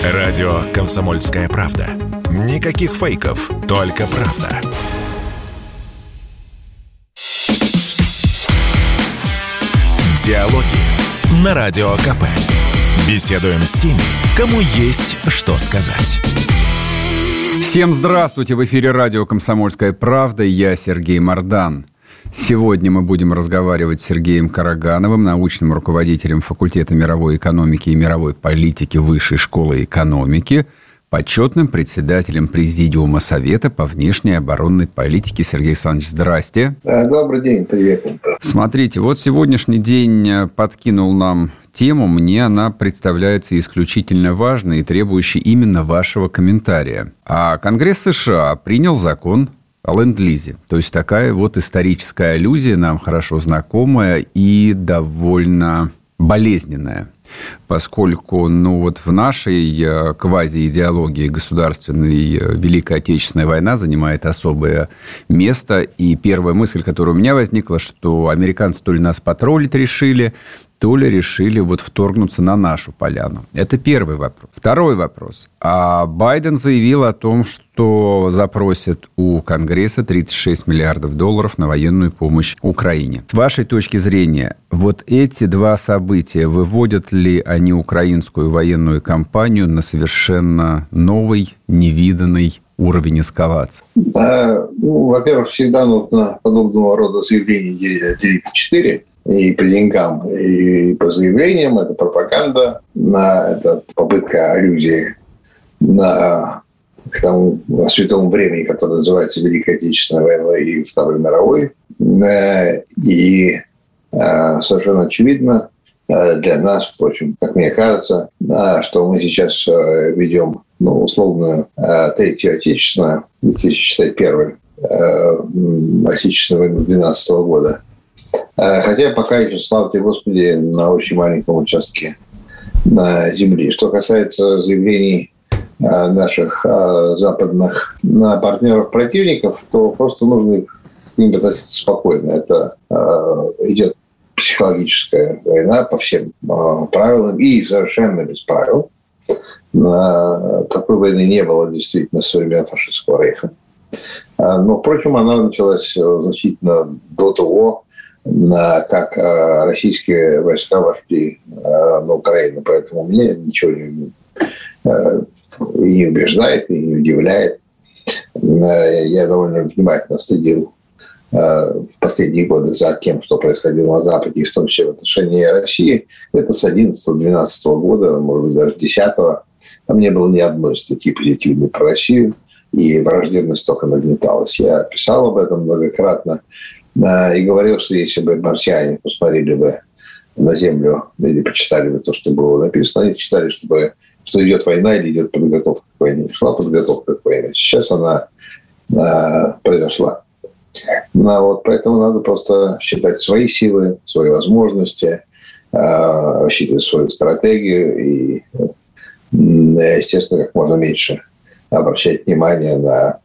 Радио «Комсомольская правда». Никаких фейков, только правда. Диалоги на Радио КП. Беседуем с теми, кому есть что сказать. Всем здравствуйте! В эфире радио «Комсомольская правда». Я Сергей Мордан. Сегодня мы будем разговаривать с Сергеем Карагановым, научным руководителем факультета мировой экономики и мировой политики Высшей школы экономики, почетным председателем Президиума Совета по внешней оборонной политике. Сергей Александрович, здрасте. Добрый день, привет. Смотрите, вот сегодняшний день подкинул нам тему, мне она представляется исключительно важной и требующей именно вашего комментария. А Конгресс США принял закон о ленд-лизе. То есть такая вот историческая аллюзия, нам хорошо знакомая и довольно болезненная. Поскольку, вот в нашей квази-идеологии государственной Великая Отечественная война занимает особое место. И первая мысль, которая у меня возникла, что американцы то ли нас потроллить решили, то ли решили вторгнуться на нашу поляну. Это первый вопрос. Второй вопрос. А Байден заявил о том, что запросит у Конгресса 36 миллиардов долларов на военную помощь Украине. С вашей точки зрения, эти два события, выводят ли они украинскую военную кампанию на совершенно новый, невиданный уровень эскалации? Во-первых, всегда нужно подобного рода заявления делить на 4. И по деньгам, и по заявлениям. Это пропаганда, это попытка аллюзии к тому святому времени, которое называется Великой Отечественной войной и Второй мировой. И совершенно очевидно для нас, впрочем, как мне кажется, что мы сейчас ведем условную Третью Отечественную, если считать первой Отечественную войну 12 года. Хотя пока еще, слава тебе, Господи, на очень маленьком участке земли. Что касается заявлений наших западных партнеров-противников, то просто нужно к ним относиться спокойно. Это идет психологическая война по всем правилам и совершенно без правил. Такой войны не было действительно со времен фашистского рейха. Но, впрочем, она началась значительно до того, как российские войска вошли на Украину. Поэтому меня ничего не убеждает и не удивляет. Я довольно внимательно следил в последние годы за тем, что происходило на Западе, и в том числе в отношении России. Это с 11-12 года, может быть, даже 10-го. Там не было ни одной статьи позитивной про Россию, и враждебность только нагнеталась. Я писал об этом многократно и говорил, что если бы марсиане посмотрели бы на Землю или почитали бы то, что было написано, они читали, что идет война или идет подготовка к войне. Шла подготовка к войне. Сейчас она произошла. Поэтому надо просто считать свои силы, свои возможности, рассчитывать свою стратегию и, естественно, как можно меньше обращать внимание на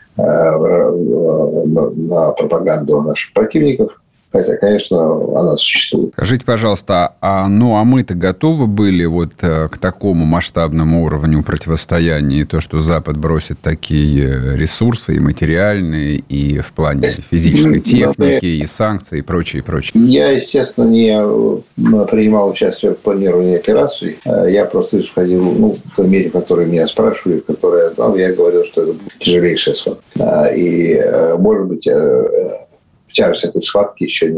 пропаганду наших противников. Хотя, конечно, она существует. Скажите, пожалуйста, а мы-то готовы были к такому масштабному уровню противостояния, и то, что Запад бросит такие ресурсы и материальные, и в плане физической техники, и санкций, и прочее, и прочее? Я, естественно, не принимал участие в планировании операций. Я просто исходил, в той мере, в которой меня спрашивали, в которой я знал, я говорил, что это будет тяжелейшая схватка. И, может быть, тяжесть этой схватки еще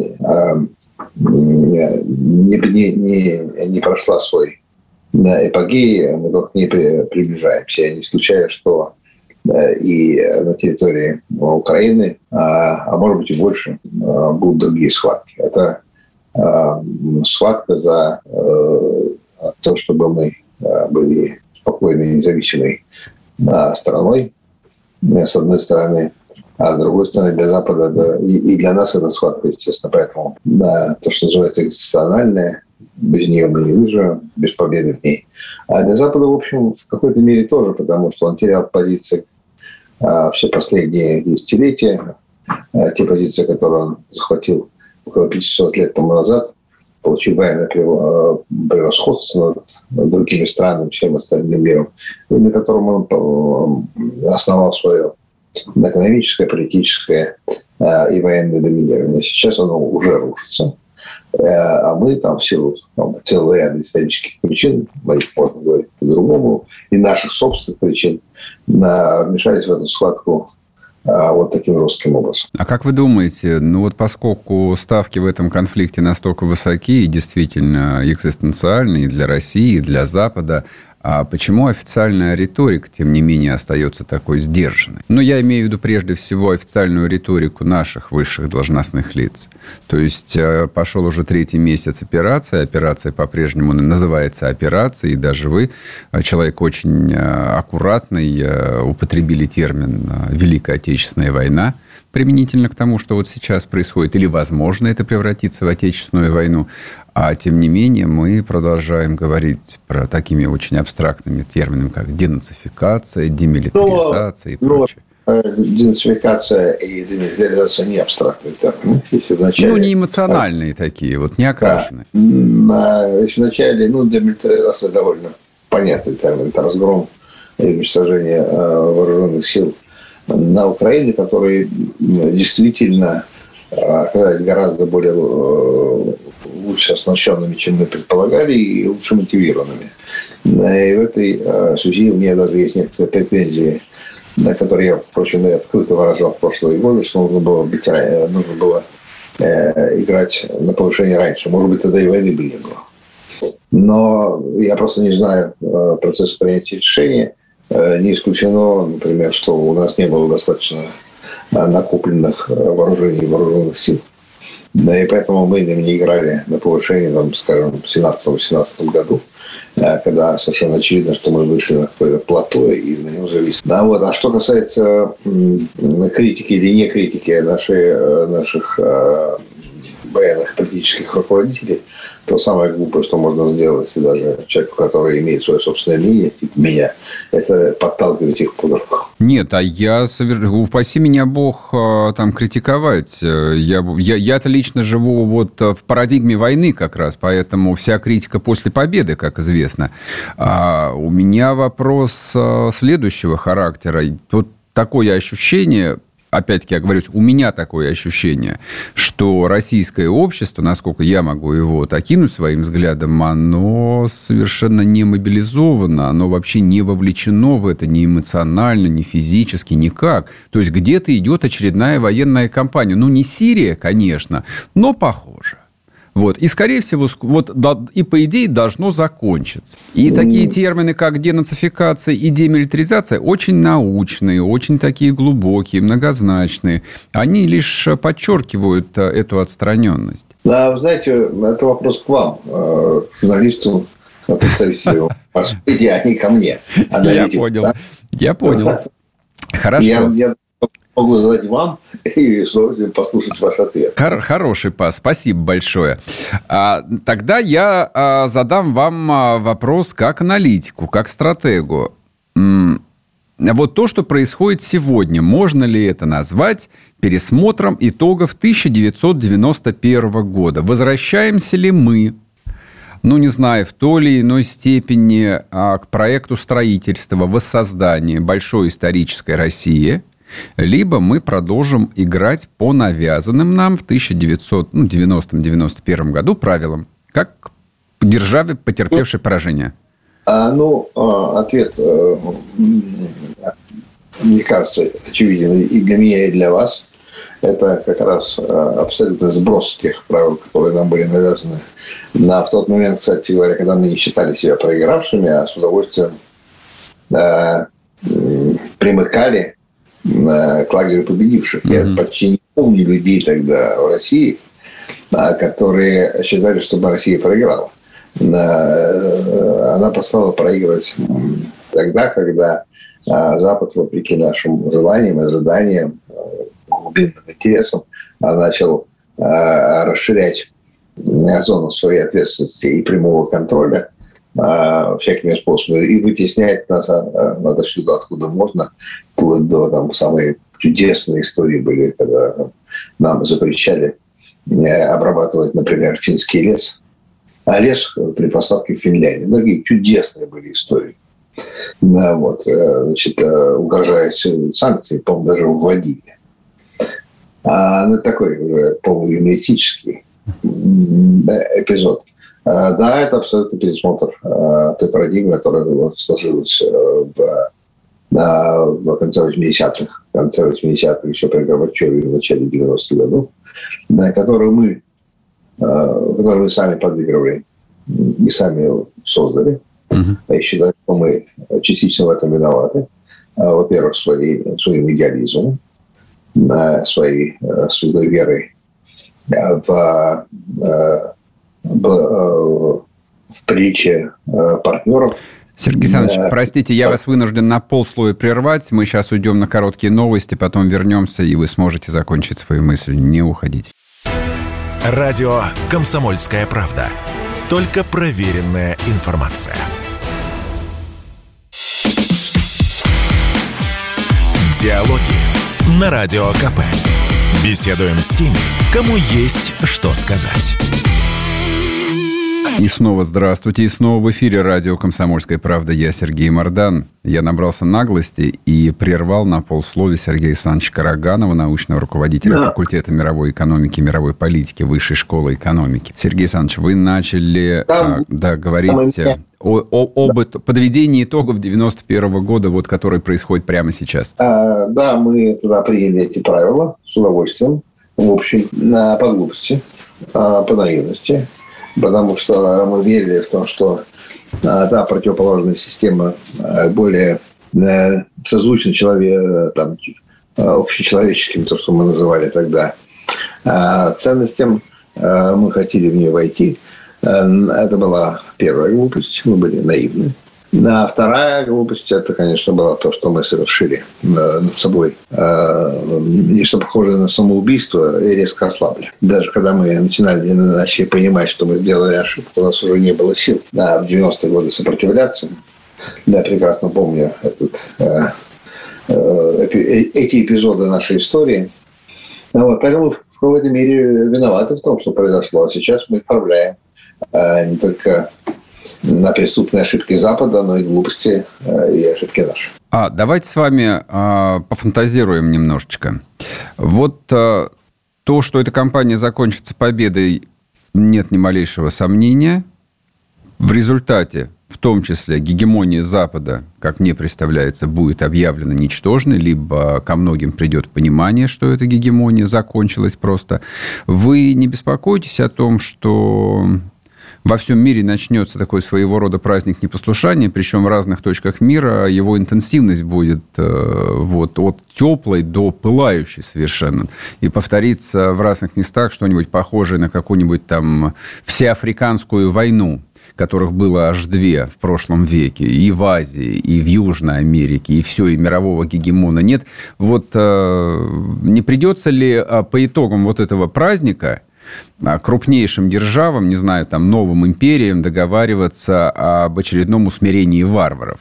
не прошла свой эпогей, мы только к ней приближаемся. Я не исключаю, что и на территории Украины, а может быть и больше, будут другие схватки. Это схватка за то, чтобы мы были спокойной и независимой страной, с одной стороны. А с другой стороны, для Запада и для нас это схватка, естественно. Поэтому то, что называется экзистенциальное, без нее мы не выживем, без победы в ней. А для Запада, в общем, в какой-то мере тоже, потому что он терял позиции все последние десятилетия. Те позиции, которые он захватил около 500 лет тому назад, получив военное превосходство над другими странами, всем остальным миром, и на котором он основал свое экономическое, политическое и военное доминирование. Сейчас оно уже рушится. А мы там в силу целого ряда исторических причин, их можно говорить по-другому, и наших собственных причин, вмешались в эту схватку вот таким жестким образом. А как вы думаете, поскольку ставки в этом конфликте настолько высоки и действительно экзистенциальные для России, и для Запада, а почему официальная риторика, тем не менее, остается такой сдержанной? Я имею в виду прежде всего официальную риторику наших высших должностных лиц. То есть пошел уже 3-й месяц операции. Операция по-прежнему называется операцией. И даже вы, человек очень аккуратный, употребили термин «Великая Отечественная война», применительно к тому, что вот сейчас происходит, или, возможно, это превратится в Отечественную войну. А, тем не менее, мы продолжаем говорить про такими очень абстрактными терминами, как денацификация, демилитаризация и прочее. Денацификация и демилитаризация не абстрактные термины. Не эмоциональные такие, не окрашенные. Если вначале, демилитаризация довольно понятный термин. Это разгром и уничтожение вооруженных сил на Украине, которые действительно оказались гораздо более лучше оснащенными, чем мы предполагали, и лучше мотивированными. И в этой связи у меня даже есть некоторые претензии, на которые я, впрочем, открыто выражал в прошлые годы, что нужно было играть на повышение раньше. Может быть, тогда и войны бы не было. Но я просто не знаю процесса принятия решения. Не исключено, например, что у нас не было достаточно накопленных вооружений, вооруженных сил. И поэтому мы не играли на повышение, скажем, в 2017-2018 году, когда совершенно очевидно, что мы вышли на какое-то плато и на нем зависли. А что касается критики или не критики наших военных политических руководителей, то самое глупое, что можно сделать, и даже человеку, который имеет свое собственное мнение, типа меня, это подталкивать их под руку. Нет, упаси меня Бог там критиковать. Я-то лично живу в парадигме войны как раз, поэтому вся критика после победы, как известно. У меня вопрос следующего характера. Тут такое ощущение... Опять-таки, я говорю, у меня такое ощущение, что российское общество, насколько я могу его окинуть своим взглядом, оно совершенно не мобилизовано, оно вообще не вовлечено в это ни эмоционально, ни физически, никак. То есть где-то идет очередная военная кампания. Не Сирия, конечно, но похоже. И, скорее всего, и по идее должно закончиться. И такие термины, как денацификация и демилитаризация, очень научные, очень такие глубокие, многозначные. Они лишь подчеркивают эту отстраненность. Да, вы знаете, это вопрос к вам, журналистам, представителям Москвы, а не ко мне. Я понял. Хорошо. Я могу задать вам и послушать ваш ответ. Хороший пас. Спасибо большое. Тогда я задам вам вопрос как аналитику, как стратегу. То, что происходит сегодня, можно ли это назвать пересмотром итогов 1991 года? Возвращаемся ли мы, в той или иной степени к проекту строительства, воссоздания большой исторической России, либо мы продолжим играть по навязанным нам в 1990-91 году правилам, как державе, потерпевшей поражение? Ответ, мне кажется, очевиден и для меня, и для вас. Это как раз абсолютно сброс тех правил, которые нам были навязаны в тот момент, кстати говоря, когда мы не считали себя проигравшими, а с удовольствием примыкали к лагерю победивших. Я почти не помню людей тогда в России, которые считали, что Россия проиграла. Она стала проигрывать тогда, когда Запад, вопреки нашим желаниям, ожиданиям, глубинным интересам, начал расширять зону своей ответственности и прямого контроля всякими способами и вытеснять нас отовсюду, откуда можно, вплоть до самые чудесные истории были, когда нам запрещали обрабатывать, например, финский лес лес при посадке в Финляндии. Многие чудесные были истории. Угрожают санкции, по-моему, даже вводили. Это такой уже полуюмористический эпизод. Да, это абсолютно пересмотр той парадигмы, которая сложилась в конце 80-х. В конце 80-х, еще при Горбачеве, в начале 90-х годов, которую мы сами подыгрывали и сами создали. Я считаю, что мы частично в этом виноваты. Во-первых, своим идеализмом, своей святой верой в притче партнеров. Сергей Александрович, простите, я вас вынужден на полслоя прервать. Мы сейчас уйдем на короткие новости, потом вернемся, и вы сможете закончить свою мысль. Не уходите. Радио «Комсомольская правда». Только проверенная информация. Диалоги на Радио КП. Беседуем с теми, кому есть что сказать. И снова здравствуйте. И снова в эфире радио «Комсомольская правда». Я Сергей Мордан. Я набрался наглости и прервал на полсловия Сергея Александровича Караганова, научного руководителя факультета мировой экономики и мировой политики Высшей школы экономики. Сергей Александрович, вы начали говорить об подведении итогов 91 года, который происходит прямо сейчас. Да, мы туда приняли эти правила с удовольствием. В общем, по глупости, по наивности. Потому что мы верили в том, что та противоположная система более созвучна общечеловеческим, то, что мы называли тогда, ценностям. Мы хотели в нее войти. Это была первая глупость. Мы были наивны. Вторая глупость, это, конечно, было то, что мы совершили над собой нечто похожее на самоубийство и резко ослабли. Даже когда мы начали понимать, что мы сделали ошибку, у нас уже не было сил в 90-е годы сопротивляться. Я прекрасно помню эти эпизоды нашей истории. Поэтому в какой-то мере виноваты в том, что произошло. А сейчас мы исправляем не только на преступные ошибки Запада, но и глупости и ошибки наши. Давайте с вами пофантазируем немножечко. То, что эта кампания закончится победой, нет ни малейшего сомнения. В результате, в том числе, гегемония Запада, как мне представляется, будет объявлена ничтожной, либо ко многим придет понимание, что эта гегемония закончилась просто. Вы не беспокойтесь о том, что во всем мире начнется такой своего рода праздник непослушания, причем в разных точках мира его интенсивность будет от теплой до пылающей совершенно. И повторится в разных местах что-нибудь похожее на какую-нибудь там всеафриканскую войну, которых было аж 2 в прошлом веке, и в Азии, и в Южной Америке, и все, и мирового гегемона нет. Не придется ли по итогам этого праздника крупнейшим державам, не знаю, новым империям договариваться об очередном усмирении варваров?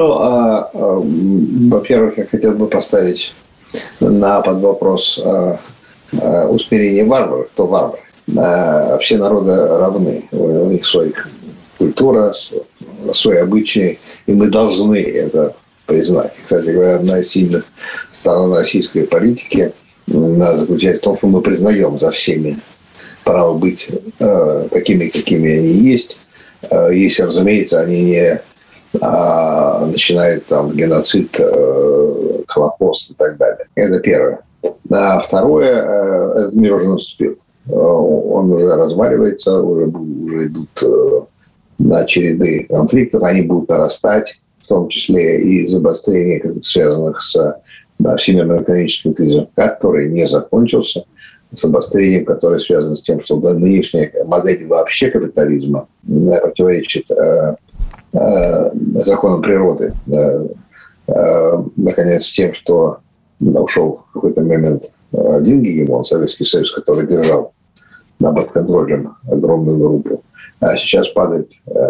Во-первых, я хотел бы поставить под вопрос усмирение варваров. Кто варвар? Все народы равны. У них своя культура, свои обычаи, и мы должны это признать. Кстати говоря, одна из сильных сторон российской политики заключается в том, что мы признаем за всеми право быть такими, какими они есть, если, разумеется, они не начинают геноцид, Холокост и так далее. Это первое. Второе, этот мир уже наступил. Он уже разваливается, уже идут череды конфликтов, они будут нарастать, в том числе и из обострений, связанных с всемирным экономическим кризисом, который не закончился, с обострением, которое связано с тем, что нынешняя модель вообще капитализма противоречит законам природы. Наконец, с тем, что ушел в какой-то момент один гегемон, Советский Союз, который держал под контролем огромную группу, а сейчас падает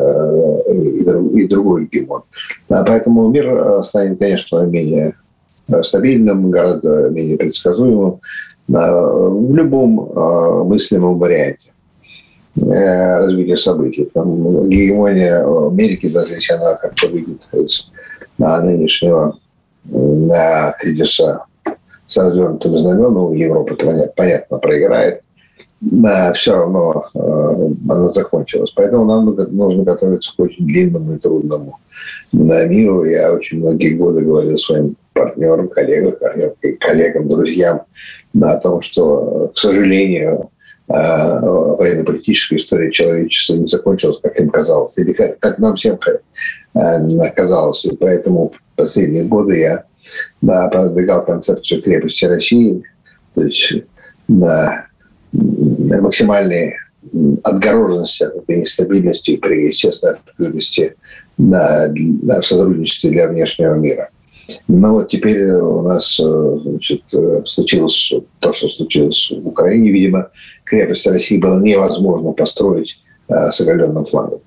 и другой гегемон. Поэтому мир станет, конечно, менее стабильным, гораздо менее предсказуемым в любом мыслимом варианте. развития событий. Там гегемония Америки, даже если она как-то выйдет из нынешнего кризиса с развернутым знаменом, Европа, понятно, проиграет, все равно она закончилась. Поэтому нам нужно готовиться к очень длинному и трудному миру. Я очень многие годы говорил своим партнерам, коллегам, друзьям о том, что, к сожалению, военно-политическая история человечества не закончилась, как им казалось, или как нам всем казалось. И поэтому в последние годы я продвигал концепцию крепости России, то есть максимальной отгороженности от этой нестабильности при естественной открытости в сотрудничестве для внешнего мира. Но вот теперь у нас случилось то, что случилось в Украине. Видимо, крепость России было невозможно построить с оголенным флангом.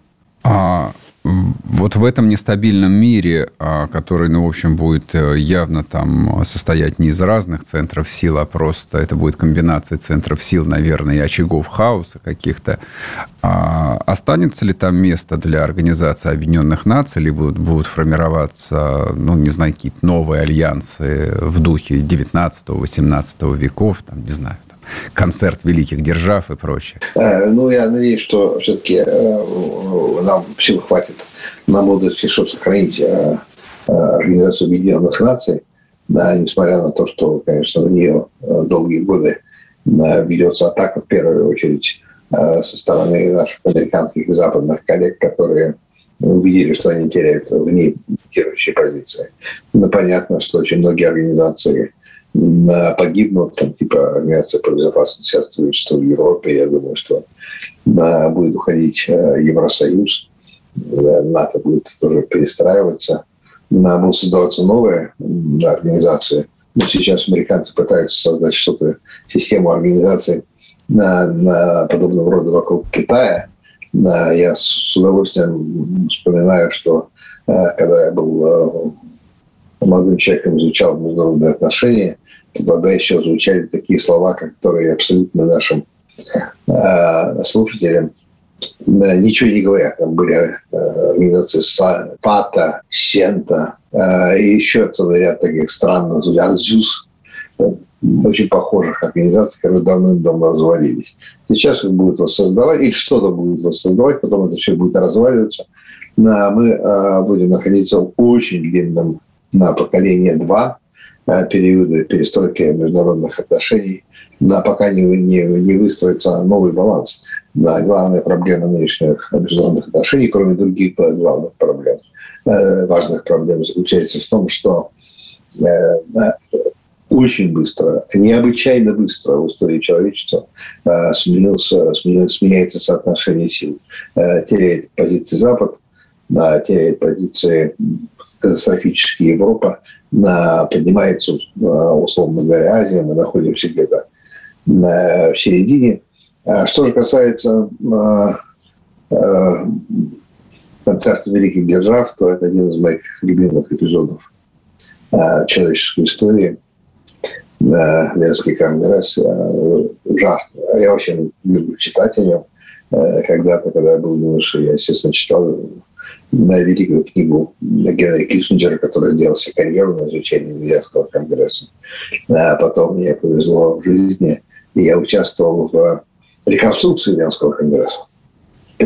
Вот в этом нестабильном мире, который, в общем, будет явно там состоять не из разных центров сил, а просто это будет комбинация центров сил, наверное, и очагов хаоса каких-то, останется ли там место для Организации Объединенных Наций, или будут формироваться, какие-то новые альянсы в духе 19-18 веков, не знаю, концерт великих держав и прочее? Я надеюсь, что все-таки нам сил хватит на будущее, чтобы сохранить Организацию Объединенных Наций, несмотря на то, что, конечно, на нее долгие годы ведется атака, в первую очередь, со стороны наших американских и западных коллег, которые увидели, что они теряют в ней лидирующие позиции. Понятно, что очень многие организации погибнут, типа Организация по безопасности сотрудничества в Европе. Я думаю, что будет уходить Евросоюз, НАТО будет тоже перестраиваться, будут создаваться новые организации. Но сейчас американцы пытаются создать систему организаций подобного рода вокруг Китая. Я с удовольствием вспоминаю, что когда я был молодым человеком, изучал международные отношения, то тогда еще звучали такие слова, которые абсолютно нашим слушателям ничего не говорят. Там были организации ПАТА, СЕНТА и еще целый ряд таких странных, АЗЮС, очень похожих организаций, которые давным-давно развалились. Сейчас их будут воссоздавать, или что-то будут воссоздавать, потом это все будет разваливаться. Мы будем находиться в очень длинном поколение 2 периода перестройки международных отношений, пока не выстроится новый баланс. Главная проблема нынешних международных отношений, кроме других главных проблем, важных проблем, заключается в том, что очень быстро, необычайно быстро в истории человечества сменяется соотношение сил. Теряет позиции Запад, теряет позиции катастрофически Европа, поднимается, условно говоря, Азия, мы находимся где-то в середине. Что же касается концерта великих держав, то это один из моих любимых эпизодов человеческой истории. Венский конгресс ужасно. Я очень люблю читать о нем. Когда-то, когда я был юношей, я, естественно, читал великую книгу Генри Киссинджера, который делал себе карьеру на изучении Венского конгресса. А потом мне повезло в жизни, и я участвовал в реконструкции Венского конгресса в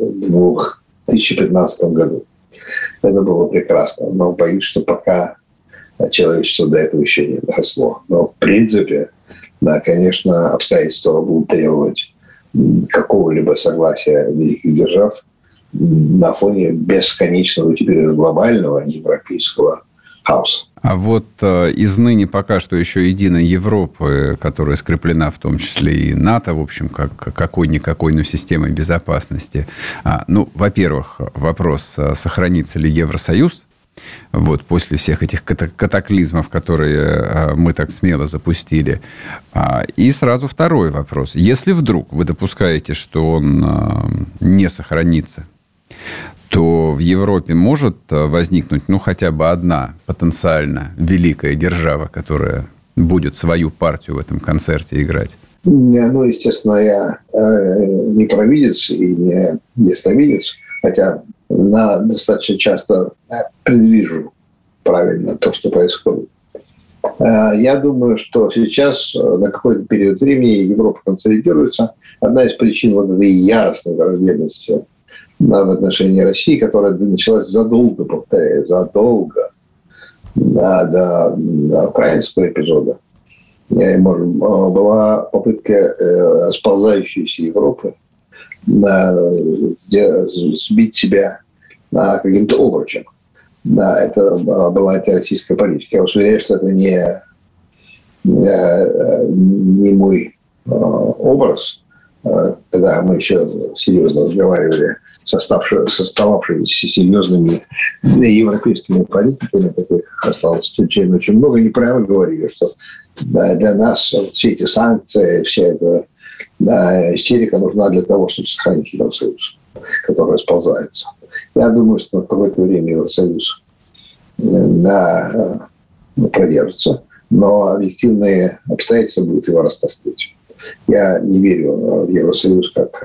2015 году. Это было прекрасно, но боюсь, что пока человечество до этого еще не доросло. Но, в принципе, конечно, обстоятельства будут требовать какого-либо согласия великих держав на фоне бесконечного теперь глобального европейского хаоса. А вот из ныне пока что еще единой Европы, которая скреплена в том числе и НАТО, в общем, как какой-никакой, но системой безопасности. Во-первых, вопрос, сохранится ли Евросоюз после всех этих катаклизмов, которые мы так смело запустили. И сразу второй вопрос. Если вдруг вы допускаете, что он не сохранится, то в Европе может возникнуть, хотя бы одна потенциально великая держава, которая будет свою партию в этом концерте играть? Естественно, я не провидец и не ясновидец, хотя достаточно часто предвижу правильно то, что происходит. Я думаю, что сейчас на какой-то период времени Европа консолидируется. Одна из причин вот этой яростной враждебности в отношении России, которая началась задолго, повторяю, задолго до украинского эпизода, была попытка сползающейся Европы сбить себя каким-то обручем. Да, это была антироссийская политика. Я вас уверяю, что это не мой образ. Когда мы еще серьезно разговаривали с остававшимися серьезными европейскими политиками, таких осталось очень много, они прямо говорили, что для нас все эти санкции, вся эта истерика нужна для того, чтобы сохранить Евросоюз, который расползается. Я думаю, что на какое-то время Евросоюз продержится, но объективные обстоятельства будут его растаскивать. Я не верю в Евросоюз как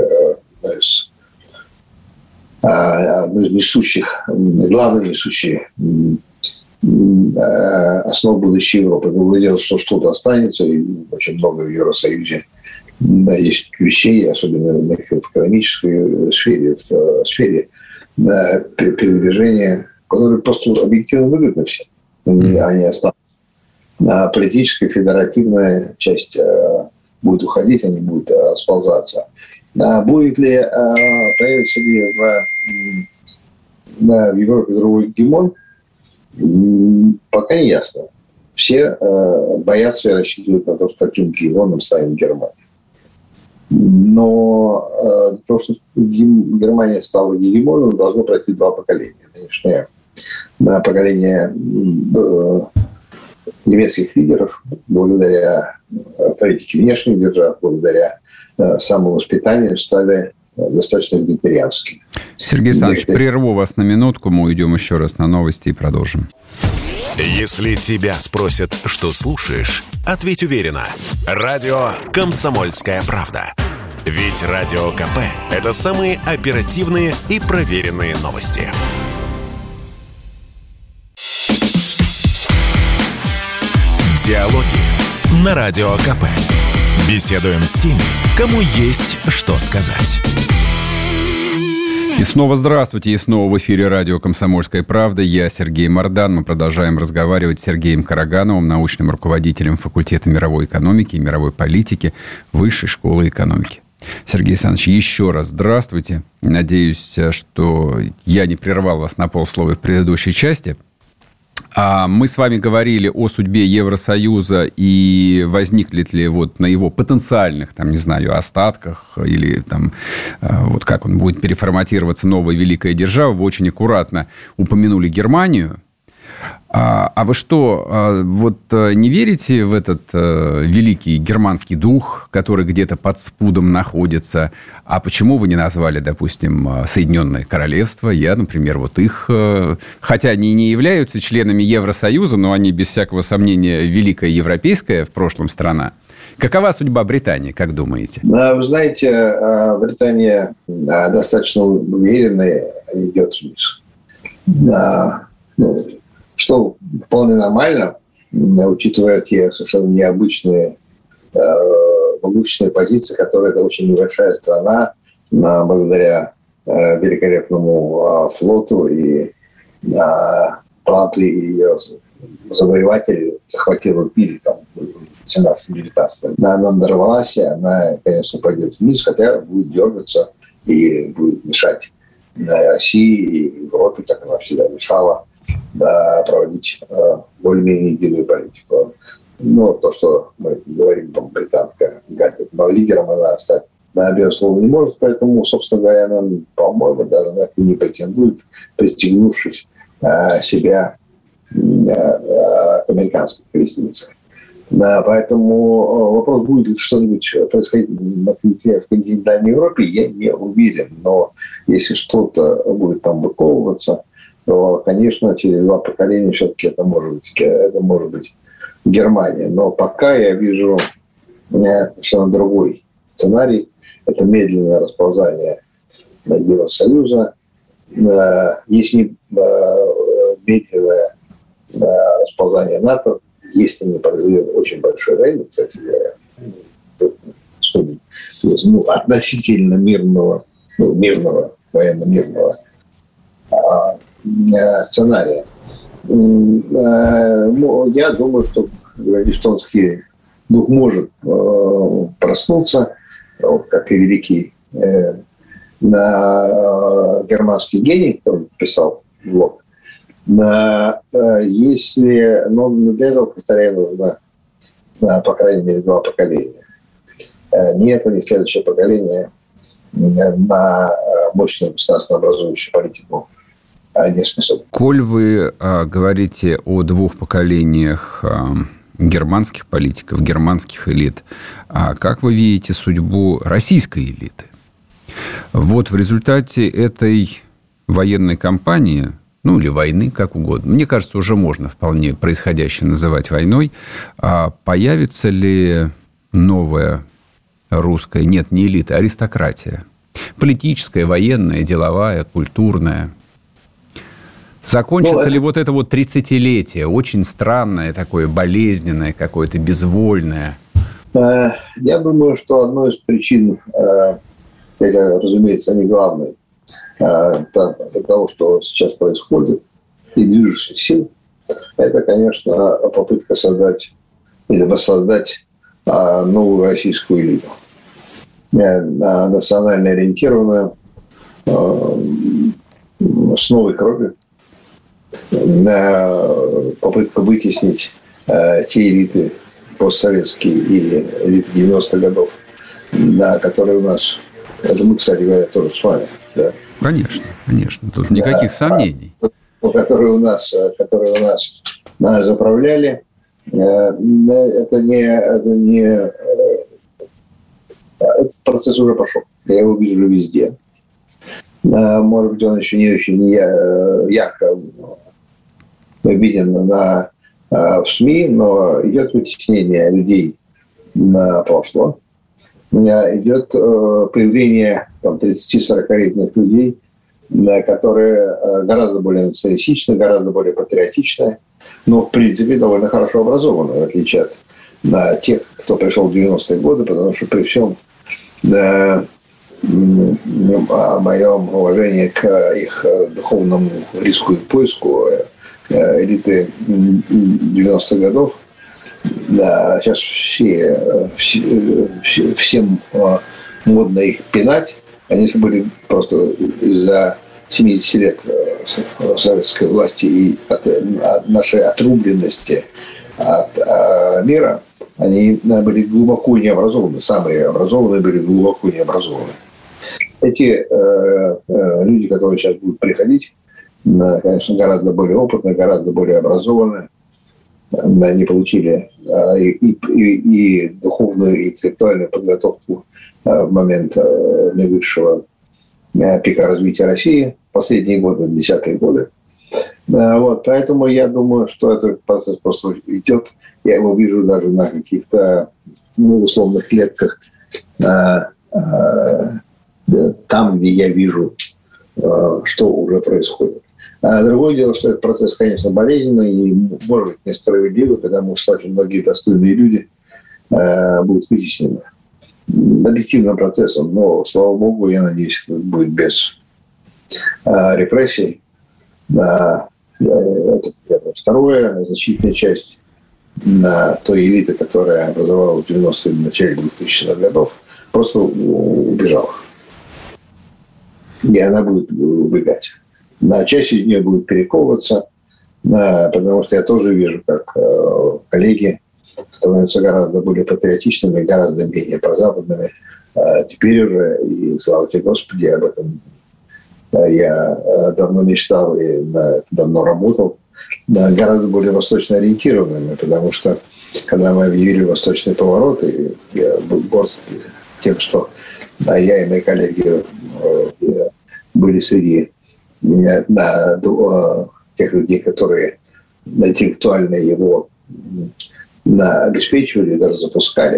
одну из несущих, главных несущих основ будущей Европы. Другое дело, что что-то останется, и очень много в Евросоюзе есть вещей, особенно в экономической сфере, в сфере передвижения, которые просто объективно выгодны всем. Они останутся. Политическая, федеративная часть будет уходить, они будут расползаться. Будет ли появиться ли в Европе другой гегемон, пока не ясно. Все боятся и рассчитывают на то, что таким гегемоном станет Германия. Но для того, чтобы Германия стала гегемоном, должно пройти 2 поколения. Конечно, поколение немецких лидеров, благодаря политике внешних держав, благодаря самовоспитанию, стали достаточно вегетарианскими. Сергей Александрович, прерву вас на минутку, мы уйдем еще раз на новости и продолжим. Если тебя спросят, что слушаешь, ответь уверенно. Радио «Комсомольская правда». Ведь Радио КП – это самые оперативные и проверенные новости. Диалоги на Радио КП. Беседуем с теми, кому есть что сказать. И снова здравствуйте, и снова в эфире радио «Комсомольская правда». Я Сергей Мордан. Мы продолжаем разговаривать с Сергеем Карагановым, научным руководителем факультета мировой экономики и мировой политики Высшей школы экономики. Сергей Александрович, еще раз здравствуйте. Надеюсь, что я не прервал вас на полслова в предыдущей части. Мы с вами говорили о судьбе Евросоюза и возникнет ли вот на его потенциальных, там, не знаю, остатках или там, вот как он будет переформатироваться, новая великая держава. Вы очень аккуратно упомянули Германию. А вы что, вот не верите в этот великий германский дух, который где-то под спудом находится? А почему вы не назвали, допустим, Соединенное Королевство? Я, например, вот их, хотя они не являются членами Евросоюза, но они, без всякого сомнения, великая европейская в прошлом страна. Какова судьба Британии, как думаете? Вы знаете, Британия достаточно уверенно идет вниз. Что вполне нормально, учитывая те совершенно необычные могущественные позиции, которые это очень небольшая страна, благодаря великолепному флоту и таланту ее завоевателей захватила в мире там, в 17-19. Она надорвалась, она, конечно, пойдет вниз, хотя будет дергаться и будет мешать России и Европе, как она всегда мешала, проводить более-менее единую политику. То, что мы говорим, там, британка гадит, но лидером она стать, безусловно, не может, поэтому, собственно говоря, она, по-моему, даже на это не претендует, пристегнувшись себя к американской колеснице. Поэтому вопрос, будет ли что-нибудь происходить в континентальной Европе, я не уверен, но если что-то будет там выковываться, то, конечно, через 2 поколения все-таки это может быть Германия. Но пока я вижу совершенно другой сценарий. Это медленное расползание Евросоюза. Если медленное расползание НАТО, если не произойдет очень большой войны, кстати говоря, относительно мирного, военно-мирного сценария, я думаю, что эстонский дух может проснуться, как и великий германский гений, который писал блог. Если, но для этого, повторяю, нужно, по крайней мере, 2 поколения. Ни это, ни следующее поколение на мощную государственно-образующую политику не способны. Коль вы говорите о 2 поколениях германских политиков, германских элит, а как вы видите судьбу российской элиты? Вот в результате этой военной кампании, или войны, как угодно, мне кажется, уже можно вполне происходящее называть войной, появится ли новая русская, нет, не элита, аристократия? Политическая, военная, деловая, культурная. Закончится ли вот это вот 30-летие, очень странное такое, болезненное какое-то, безвольное? Я думаю, что одной из причин, это, разумеется, не главной, того, что сейчас происходит, и движущих сил, это, конечно, попытка создать или воссоздать новую российскую элиту. Национально ориентированную, с новой кровью. Попытка вытеснить те элиты постсоветские и элиты 90-х годов, которые у нас, это мы, кстати говоря, тоже с вами. Да? Конечно. Тут никаких сомнений. Которые у нас заправляли, этот процесс уже пошел. Я его вижу везде. Может быть, он еще не очень ярко виден в СМИ, но идет вытеснение людей на прошлое. Идет появление 30-40-летних людей, которые гораздо более националистичны, гораздо более патриотичны, но, в принципе, довольно хорошо образованы, в отличие от тех, кто пришел в 90-е годы, потому что при всем моем уважении к их духовному риску и поиску элиты 90-х годов, сейчас всем модно их пинать. Они были просто из-за 70 лет советской власти и от нашей отрубленности от мира, они были глубоко необразованы. Самые образованные были глубоко необразованы. Эти люди, которые сейчас будут приходить, конечно, гораздо более опытные, гораздо более образованные. Они получили и духовную, и интеллектуальную подготовку в момент наивысшего пика развития России последние годы, 10-е годы. Поэтому я думаю, что этот процесс просто идет. Я его вижу даже на каких-то условных клетках, там, где я вижу, что уже происходит. Другое дело, что этот процесс, конечно, болезненный и, может быть, несправедливый, потому что очень многие достойные люди будут вытеснены объективным процессом. Но, слава богу, я надеюсь, это будет без репрессий. Это первое. Второе, значительная часть той элиты, которая образовалась в 90-е, в начале 2000-х годов, просто убежала. И она будет убегать. Часть из нее будет перековываться, потому что я тоже вижу, как коллеги становятся гораздо более патриотичными, гораздо менее прозападными. Теперь уже, и слава тебе Господи, об этом я давно мечтал и давно работал, гораздо более восточно ориентированными, потому что, когда мы объявили восточный поворот, и я был горд тем, что я и мои коллеги были среди тех людей, которые интеллектуально его обеспечивали, даже запускали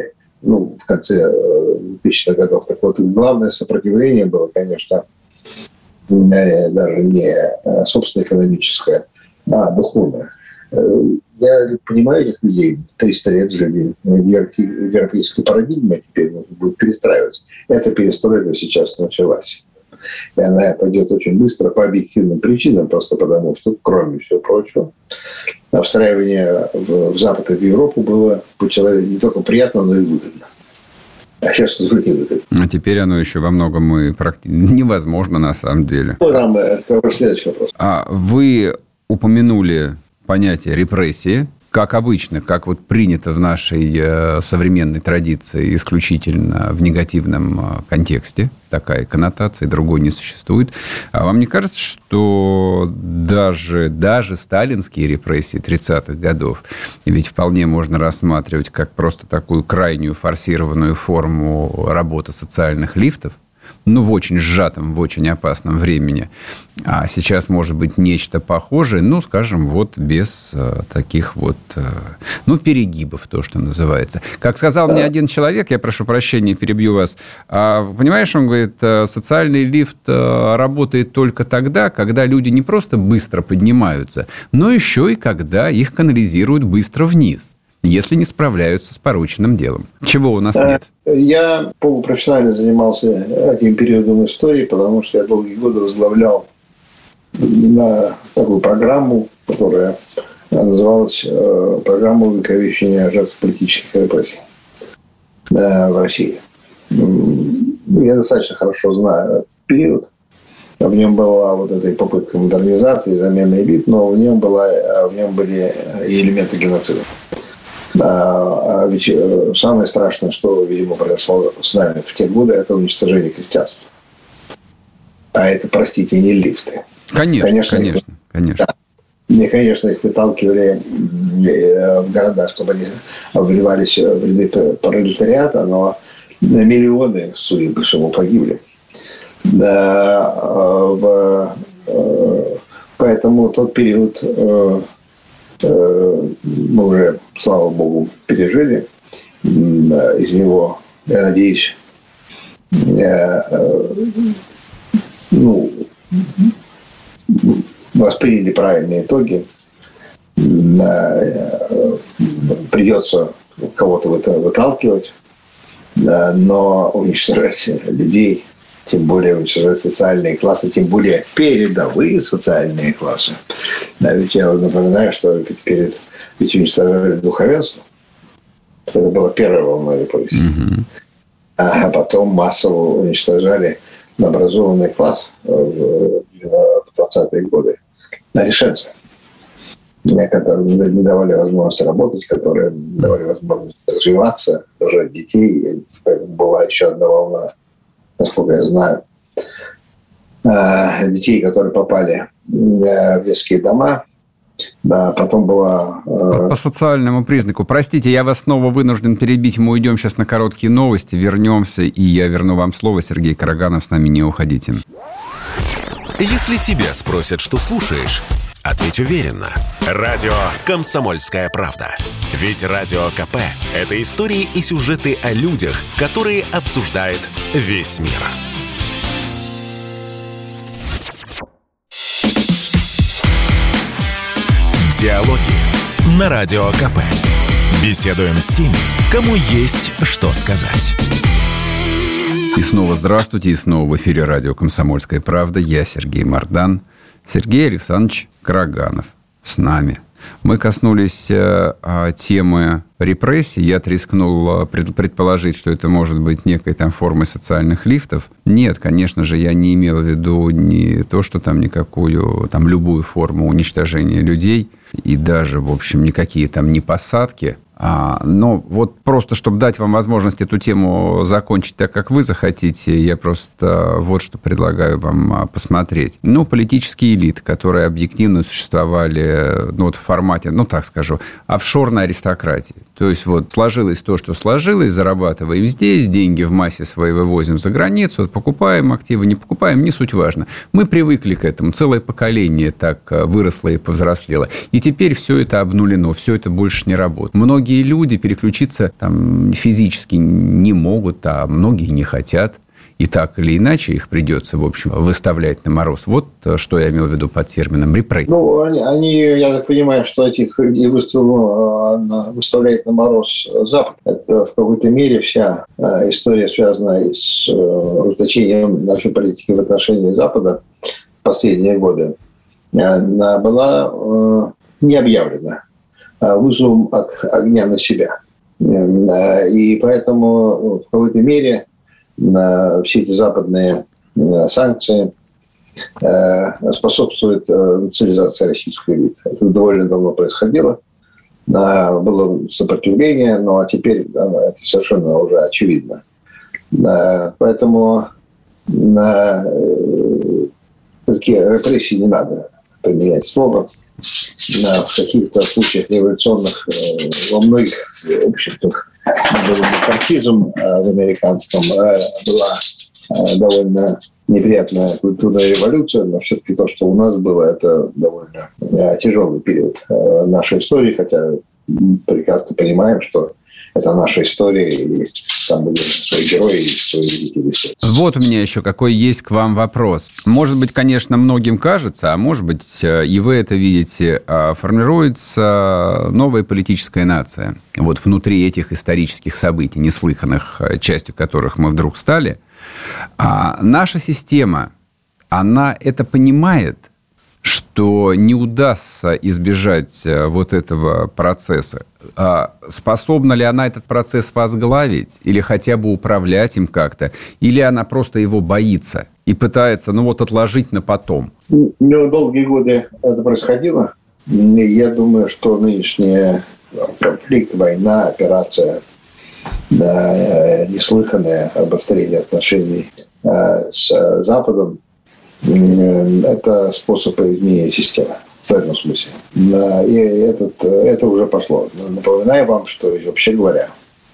в конце 2000-х годов. Так вот, главное сопротивление было, конечно, даже не собственно экономическое, а духовное. Я понимаю этих людей, 300 лет жили в европейской парадигме, теперь нужно будет перестраиваться. Эта перестройка сейчас началась. И она пойдет очень быстро по объективным причинам, просто потому что, кроме всего прочего, встраивание в Запад и в Европу было не только приятно, но и выгодно. А сейчас это выгодно. А теперь оно еще во многом и невозможно на самом деле. Там следующий вопрос. Вы упомянули понятие репрессии, как обычно, как вот принято в нашей современной традиции, исключительно в негативном контексте. Такая коннотация, другой не существует. А вам не кажется, что даже сталинские репрессии 30-х годов ведь вполне можно рассматривать как просто такую крайнюю форсированную форму работы социальных лифтов? В очень сжатом, в очень опасном времени. А сейчас может быть нечто похожее, скажем, без таких перегибов, то, что называется. Как сказал мне один человек, я прошу прощения, перебью вас, понимаешь, он говорит, социальный лифт работает только тогда, когда люди не просто быстро поднимаются, но еще и когда их канализируют быстро вниз, если не справляются с порученным делом. Чего у нас нет? Я полупрофессионально занимался этим периодом истории, потому что я долгие годы возглавлял на такую программу, которая называлась «Программа увековечения жертв политических репрессий в России». Я достаточно хорошо знаю этот период. В нем была вот эта попытка модернизации, замены элит, но в нем были и элементы геноцида. Ведь самое страшное, что, видимо, произошло с нами в те годы, это уничтожение крестьянства. А это, простите, не лифты. Конечно. И, конечно, их выталкивали в города, чтобы они вливались в ряды пролетариата, но миллионы, судя по всему, погибли. Поэтому тот период мы уже, слава богу, пережили. Из него, я надеюсь, восприняли правильные итоги. Придется кого-то выталкивать, но уничтожать людей, тем более уничтожать социальные классы, тем более передовые социальные классы. Ведь я напоминаю, что ведь уничтожали духовенство. Это была первая волна репрессий. А потом массово уничтожали образованный класс в 20-е годы. Решенцы, которые не давали возможности работать, которые давали возможность развиваться, рожать детей. Поэтому была еще одна волна, насколько я знаю, детей, которые попали в детские дома. Да, потом была... По социальному признаку. Простите, я вас снова вынужден перебить. Мы уйдем сейчас на короткие новости, вернемся, и я верну вам слово. Сергей Караганов, с нами не уходите. Если тебя спросят, что слушаешь, ответь уверенно. Радио «Комсомольская правда». Ведь Радио КП – это истории и сюжеты о людях, которые обсуждает весь мир. Диалоги на Радио КП. Беседуем с теми, кому есть что сказать. И снова здравствуйте, и снова в эфире радио «Комсомольская правда». Я Сергей Мардан, Сергей Александрович Караганов с нами. Мы коснулись темы репрессий. Я рискнул предположить, что это может быть некой там формой социальных лифтов. Нет, конечно же, я не имел в виду не то, что там никакую, там любую форму уничтожения людей и даже, в общем, никакие там не посадки. Но вот просто, чтобы дать вам возможность эту тему закончить так, как вы захотите, я просто вот что предлагаю вам посмотреть. Политические элиты, которые объективно существовали в формате, так скажу, офшорной аристократии. То есть вот сложилось то, что сложилось, зарабатываем здесь, деньги в массе свои вывозим за границу, покупаем активы, не покупаем, не суть важно. Мы привыкли к этому, целое поколение так выросло и повзрослело. И теперь все это обнулено, все это больше не работает. Многие многие люди переключиться там физически не могут, а многие не хотят. И так или иначе их придется, в общем, выставлять на мороз. Вот что я имел в виду под термином репрессии. Ну, они, я так понимаю, что этих людей выставляет на мороз Запад. Это в какой-то мере вся история, связанная с ужесточением нашей политики в отношении Запада в последние годы, она была не объявлена вызовом огня на себя. И поэтому в какой-то мере все эти западные санкции способствуют национализации российской элиты. Это довольно давно происходило. Было сопротивление, но теперь это совершенно уже очевидно. Поэтому такие репрессии не надо применять слово. В каких-то случаях революционных во многих обществах был марксизм в американском, была довольно неприятная культурная революция, но все-таки то, что у нас было, это довольно тяжелый период нашей истории, хотя прекрасно понимаем, что это наша история, и там были свои герои, и свои великие истории. Вот у меня еще какой есть к вам вопрос. Может быть, конечно, многим кажется, а может быть, и вы это видите, формируется новая политическая нация. Вот внутри этих исторических событий, неслыханных, частью которых мы вдруг стали. А наша система, она это понимает, что не удастся избежать вот этого процесса. Способна ли она этот процесс возглавить или хотя бы управлять им как-то? Или она просто его боится и пытается, отложить на потом? Долгие годы это происходило. Я думаю, что нынешний конфликт, война, операция, неслыханное обострение отношений с Западом, это способ изменения системы в этом смысле. И это уже пошло. Напоминаю вам, что, вообще говоря,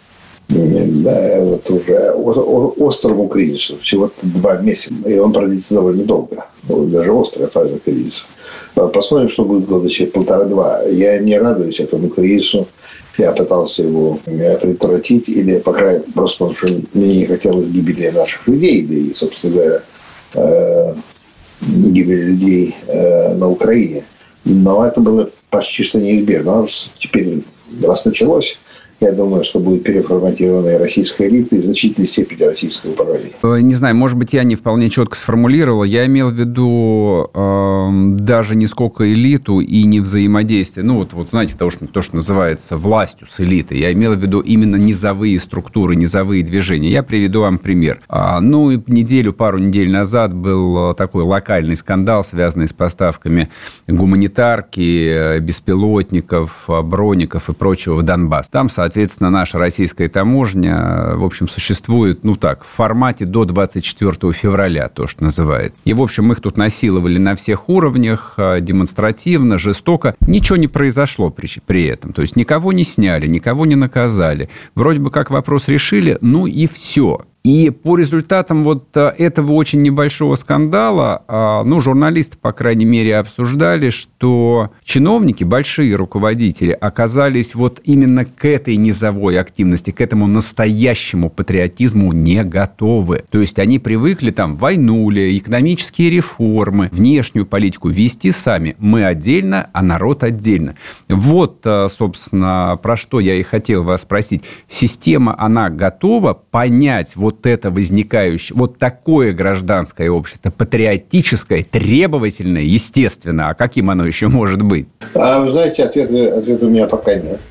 вот уже острому кризису всего 2 месяца, и он продлится довольно долго, даже острая фаза кризиса. Посмотрим, что будет года через 1,5-2. Я не радуюсь этому кризису. Я пытался его предотвратить, или, по крайней мере, просто потому что мне не хотелось гибели наших людей, да и, собственно говоря, гибель людей на Украине. Но это было почти что неизбежно. Теперь, раз началось, я думаю, что будет переформатирована российская элита и в значительной степени российское управление. Не знаю, может быть, я не вполне четко сформулировал. Я имел в виду даже не сколько элиту и не взаимодействие. Знаете, то, что называется властью с элитой. Я имел в виду именно низовые структуры, низовые движения. Я приведу вам пример. Пару недель назад был такой локальный скандал, связанный с поставками гуманитарки, беспилотников, броников и прочего в Донбасс. Там, соответственно, наша российская таможня, в общем, существует, в формате до 24 февраля, то, что называется. И, в общем, их тут насиловали на всех уровнях, демонстративно, жестоко. Ничего не произошло при этом. То есть никого не сняли, никого не наказали. Вроде бы как вопрос решили, и все. И по результатам этого очень небольшого скандала, журналисты, по крайней мере, обсуждали, что чиновники, большие руководители, оказались именно к этой низовой активности, к этому настоящему патриотизму не готовы. То есть они привыкли войнули, экономические реформы, внешнюю политику вести сами. Мы отдельно, а народ отдельно. Собственно, про что я и хотел вас спросить. Система, она готова понять это возникающее, такое гражданское общество, патриотическое, требовательное, естественно. А каким оно еще может быть? Вы знаете, ответа у меня пока нет.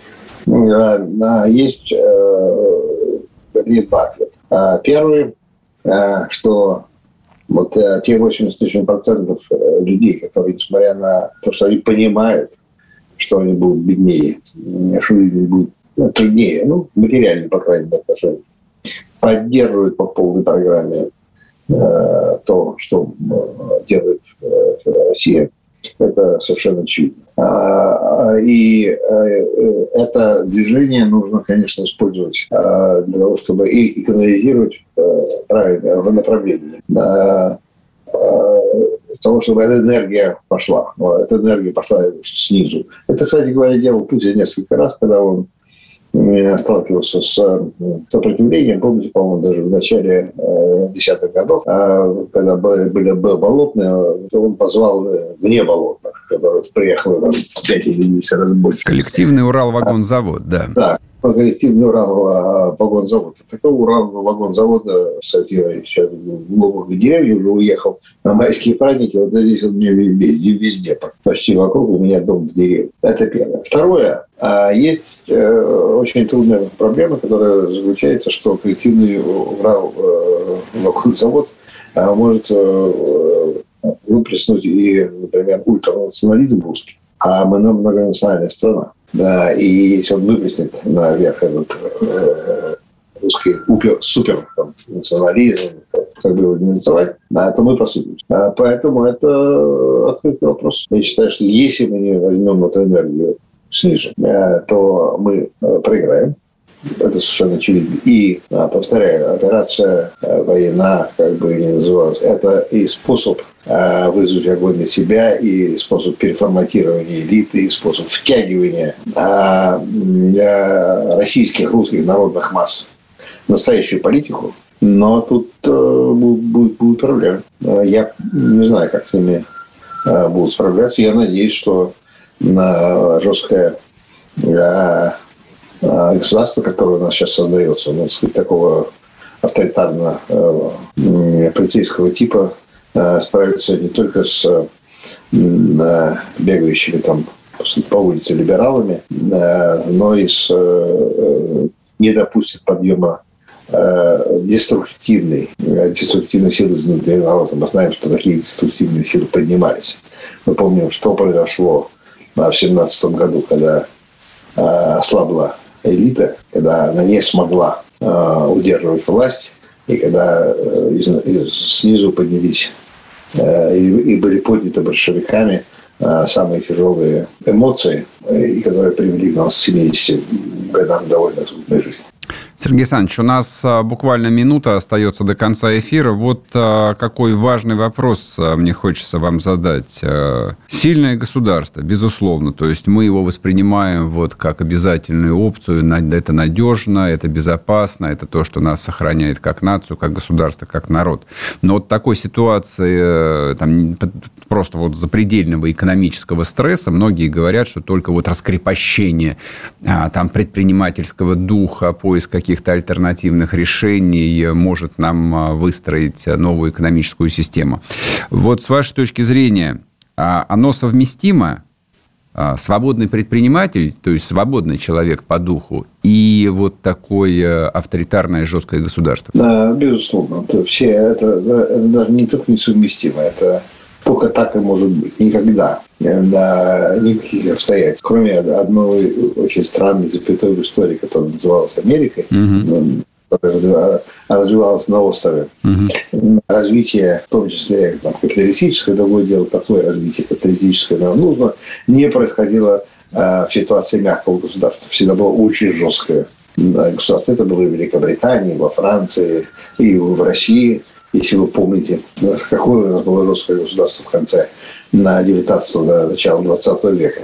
Есть 2 ответа. Первый, что те 80% людей, которые, несмотря на то, что они понимают, что они будут беднее, что жизнь будет труднее, материально, по крайней мере, отношении, поддерживают по полной программе то, что делает Россия, это совершенно очевидно. И это движение нужно, конечно, использовать для того, чтобы и канализировать правильно в направлении того, чтобы эта энергия пошла. Эта энергия пошла снизу. Это, кстати говоря, делал Путин несколько раз, когда он сталкивался с сопротивлением. Помните, по-моему, даже в начале 10-х годов, когда были болотные, он позвал вне болотных, которые приехали там 5 или 10 раз больше. Коллективный Уралвагонзавод, да. Да. Коллективный Уралвагонзавод. Такой Уралвагонзавод, кстати, я сейчас в глубокой деревне уже уехал на майские праздники. Вот здесь у меня везде, почти вокруг у меня дом в деревне. Это первое. Второе. Есть очень трудная проблема, которая заключается, что коллективный Уралвагонзавод может выплеснуть и, например, ультранационализм русский. А мы многонациональная страна. Да, и если он выплеснет наверх этот русский супернационализм, как бы его не называть, то мы посыпемся. Поэтому это открытый вопрос. Я считаю, что если мы не возьмем эту энергию снизу, то мы проиграем. Это совершенно очевидно. И, повторяю, операция военная, как бы ни называлась, это и способ вызвать огонь на себя, и способ переформатирования элиты, и способ втягивания российских, русских народных масс в настоящую политику. Но тут будут проблемы. Я не знаю, как с ними будут справляться. Я надеюсь, что жесткое государство, которое у нас сейчас создается, такого авторитарно-полицейского типа, справиться не только с бегающими там по улице либералами, но и не допустит подъема деструктивной силы изнутри народа. Мы знаем, что такие деструктивные силы поднимались. Мы помним, что произошло в 2017 году, когда ослабла элита, когда она не смогла удерживать власть, и когда снизу поднялись и были подняты большевиками самые тяжелые эмоции, и которые привели к нам к 70 годам довольно трудной жизни. Сергей Александрович, у нас буквально минута остается до конца эфира. Вот какой важный вопрос мне хочется вам задать. Сильное государство, безусловно, то есть мы его воспринимаем вот как обязательную опцию. Это надежно, это безопасно, это то, что нас сохраняет как нацию, как государство, как народ. Но вот такой ситуации, там, просто вот запредельного экономического стресса, многие говорят, что только вот раскрепощение там, предпринимательского духа, поиск каких-то альтернативных решений может нам выстроить новую экономическую систему. Вот с вашей точки зрения, оно совместимо, свободный предприниматель, то есть свободный человек по духу, и вот такое авторитарное жесткое государство? Да, безусловно. Это даже не только несовместимо, это только так и может быть. Никогда. Да, никаких обстоятельств. Кроме одной очень странной запятой в истории, которая называлась Америкой, которая развивалась на острове. Развитие, в том числе капиталистическое, другое дело, какое развитие капиталистическое нам нужно, не происходило в ситуации мягкого государства. Всегда было очень жесткое государство. Это было и в Великобритании, и во Франции, и в России. Если вы помните, какое у нас было жесткое государство в конце 19-го, начала 20 века.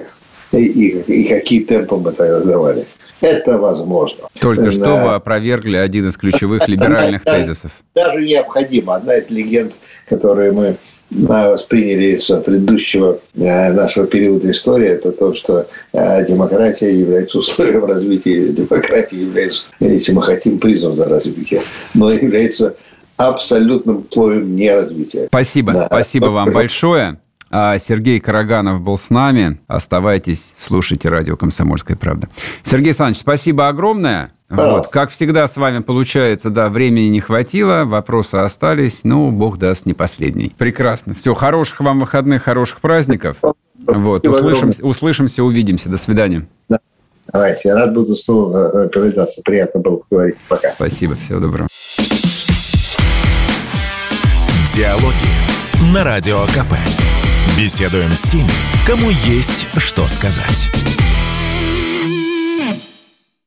И какие темпы мы тогда давали. Это возможно. Только что вы опровергли один из ключевых либеральных тезисов. Даже необходимо. Одна из легенд, которые мы восприняли из предыдущего нашего периода истории, это то, что демократия является условием развития. Демократия является, если мы хотим, призом за развитие. Но является абсолютным условием неразвития. Спасибо. Да. Спасибо вам большое. Сергей Караганов был с нами. Оставайтесь, слушайте радио «Комсомольская правда». Сергей Александрович, спасибо огромное. Вот. Как всегда с вами получается, да, времени не хватило, вопросы остались, но бог даст, не последний. Прекрасно. Все, хороших вам выходных, хороших праздников. Вот. Услышимся, увидимся. До свидания. Да. Давайте, я рад буду снова повидаться. Приятно было поговорить. Пока. Спасибо, всего доброго. Диалоги на Радио КП. Беседуем с теми, кому есть что сказать.